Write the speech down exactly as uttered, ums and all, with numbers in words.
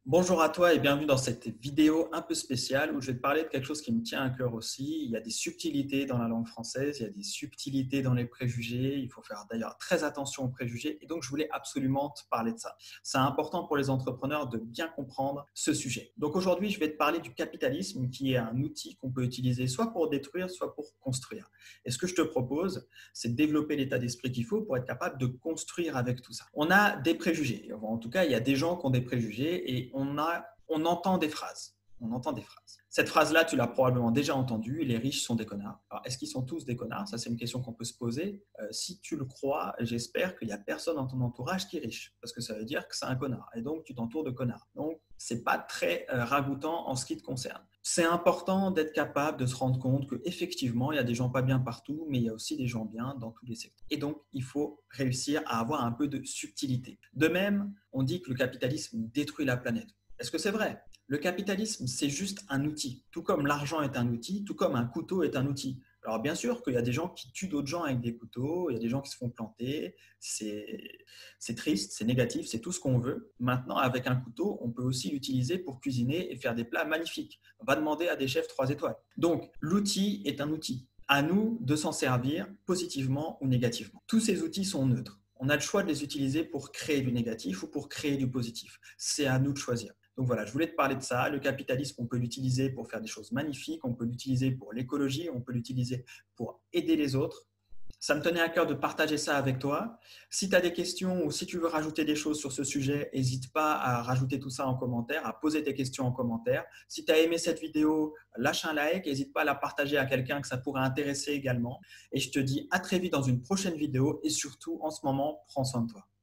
Bonjour à toi et bienvenue dans cette vidéo un peu spéciale où je vais te parler de quelque chose qui me tient à cœur aussi. Il y a des subtilités dans la langue française, il y a des subtilités dans les préjugés. Il faut faire d'ailleurs très attention aux préjugés et donc je voulais absolument te parler de ça. C'est important pour les entrepreneurs de bien comprendre ce sujet. Donc aujourd'hui, je vais te parler du capitalisme qui est un outil qu'on peut utiliser soit pour détruire, soit pour construire. Et ce que je te propose, c'est de développer l'état d'esprit qu'il faut pour être capable de construire avec tout ça. On a des préjugés. En tout cas, il y a des gens qui ont des préjugés et on, a, on entend des phrases. On entend des phrases. Cette phrase-là, tu l'as probablement déjà entendue. Les riches sont des connards. Alors, est-ce qu'ils sont tous des connards? Ça, c'est une question qu'on peut se poser. Euh, si tu le crois, j'espère qu'il n'y a personne dans ton entourage qui est riche, parce que ça veut dire que c'est un connard. Et donc, tu t'entoures de connards. Donc, c'est pas très euh, ragoûtant en ce qui te concerne. C'est important d'être capable de se rendre compte qu'effectivement, il y a des gens pas bien partout, mais il y a aussi des gens bien dans tous les secteurs. Et donc, il faut réussir à avoir un peu de subtilité. De même, on dit que le capitalisme détruit la planète. Est-ce que c'est vrai? Le capitalisme, c'est juste un outil. Tout comme l'argent est un outil, tout comme un couteau est un outil. Alors bien sûr qu'il y a des gens qui tuent d'autres gens avec des couteaux, il y a des gens qui se font planter, c'est triste, c'est négatif, c'est tout ce qu'on veut. Maintenant, avec un couteau, on peut aussi l'utiliser pour cuisiner et faire des plats magnifiques. On va demander à des chefs trois étoiles. Donc, l'outil est un outil. À nous de s'en servir positivement ou négativement. Tous ces outils sont neutres. On a le choix de les utiliser pour créer du négatif ou pour créer du positif. C'est à nous de choisir. Donc voilà, je voulais te parler de ça. Le capitalisme, on peut l'utiliser pour faire des choses magnifiques, on peut l'utiliser pour l'écologie, on peut l'utiliser pour aider les autres. Ça me tenait à cœur de partager ça avec toi. Si tu as des questions ou si tu veux rajouter des choses sur ce sujet, n'hésite pas à rajouter tout ça en commentaire, à poser tes questions en commentaire. Si tu as aimé cette vidéo, lâche un like, n'hésite pas à la partager à quelqu'un que ça pourrait intéresser également. Et je te dis à très vite dans une prochaine vidéo et surtout, en ce moment, prends soin de toi.